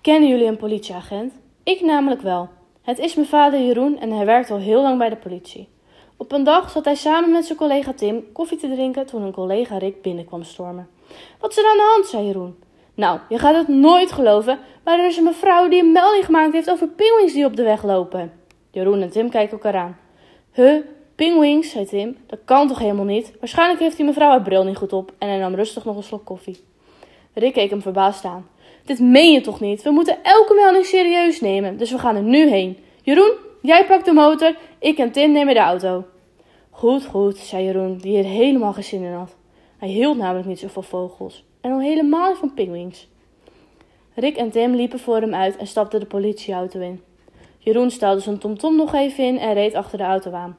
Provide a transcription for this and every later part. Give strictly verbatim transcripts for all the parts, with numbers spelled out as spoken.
Kennen jullie een politieagent? Ik namelijk wel. Het is mijn vader Jeroen en hij werkt al heel lang bij de politie. Op een dag zat hij samen met zijn collega Tim koffie te drinken toen een collega Rick binnenkwam stormen. Wat is er aan de hand, zei Jeroen. Nou, je gaat het nooit geloven, maar er is een mevrouw die een melding gemaakt heeft over pinguïns die op de weg lopen. Jeroen en Tim kijken elkaar aan. Huh, pinguïns, zei Tim, dat kan toch helemaal niet? Waarschijnlijk heeft die mevrouw haar bril niet goed op en hij nam rustig nog een slok koffie. Rick keek hem verbaasd aan. Dit meen je toch niet? We moeten elke melding serieus nemen, dus we gaan er nu heen. Jeroen, jij pakt de motor, ik en Tim nemen de auto. Goed, goed, zei Jeroen, die er helemaal geen zin in had. Hij hield namelijk niet zo van vogels en al helemaal niet van pinguïns. Rick en Tim liepen voor hem uit en stapten de politieauto in. Jeroen stelde zijn tomtom nog even in en reed achter de auto aan.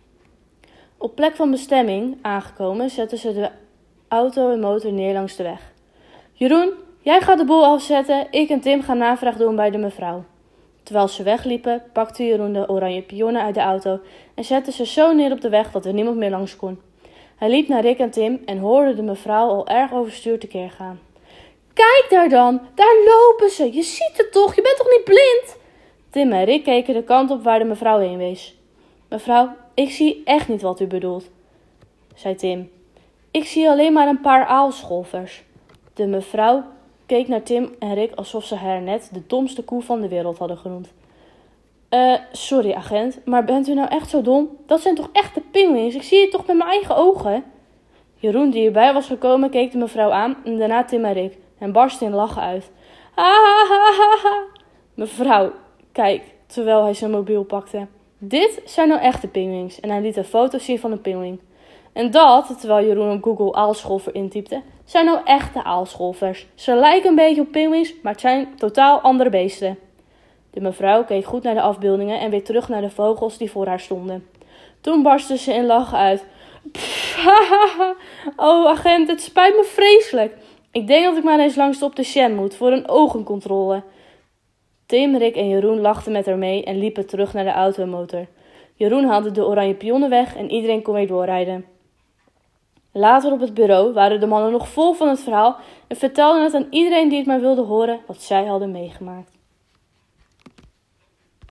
Op plek van bestemming aangekomen zetten ze de auto en motor neer langs de weg. Jeroen, jij gaat de boel afzetten, ik en Tim gaan navraag doen bij de mevrouw. Terwijl ze wegliepen, pakte Jeroen de oranje pionnen uit de auto en zette ze zo neer op de weg dat er niemand meer langs kon. Hij liep naar Rick en Tim en hoorde de mevrouw al erg overstuur tekeer gaan. Kijk daar dan, daar lopen ze, je ziet het toch, je bent toch niet blind? Tim en Rick keken de kant op waar de mevrouw heen wees. Mevrouw, ik zie echt niet wat u bedoelt, zei Tim. Ik zie alleen maar een paar aalscholvers. De mevrouw keek naar Tim en Rick alsof ze haar net de domste koe van de wereld hadden genoemd. Uh, sorry agent, maar bent u nou echt zo dom? Dat zijn toch echte pinguïns? Ik zie het toch met mijn eigen ogen? Jeroen, die erbij was gekomen, keek de mevrouw aan en daarna Tim en Rick en barstte in lachen uit. Ha ha ha ha. Mevrouw, kijk, terwijl hij zijn mobiel pakte. Dit zijn nou echte pinguïns en hij liet een foto zien van een pinguïn. En dat, terwijl Jeroen op Google aalscholver intypte, zijn nou echte aalscholvers. Ze lijken een beetje op pinguïns, maar het zijn totaal andere beesten. De mevrouw keek goed naar de afbeeldingen en weer terug naar de vogels die voor haar stonden. Toen barstte ze in lachen uit. Pff, hahaha. Oh agent, het spijt me vreselijk. Ik denk dat ik maar eens langs de opticien moet voor een ogencontrole. Tim, Rick en Jeroen lachten met haar mee en liepen terug naar de auto en motor. Jeroen haalde de oranje pionnen weg en iedereen kon weer doorrijden. Later op het bureau waren de mannen nog vol van het verhaal en vertelden het aan iedereen die het maar wilde horen wat zij hadden meegemaakt.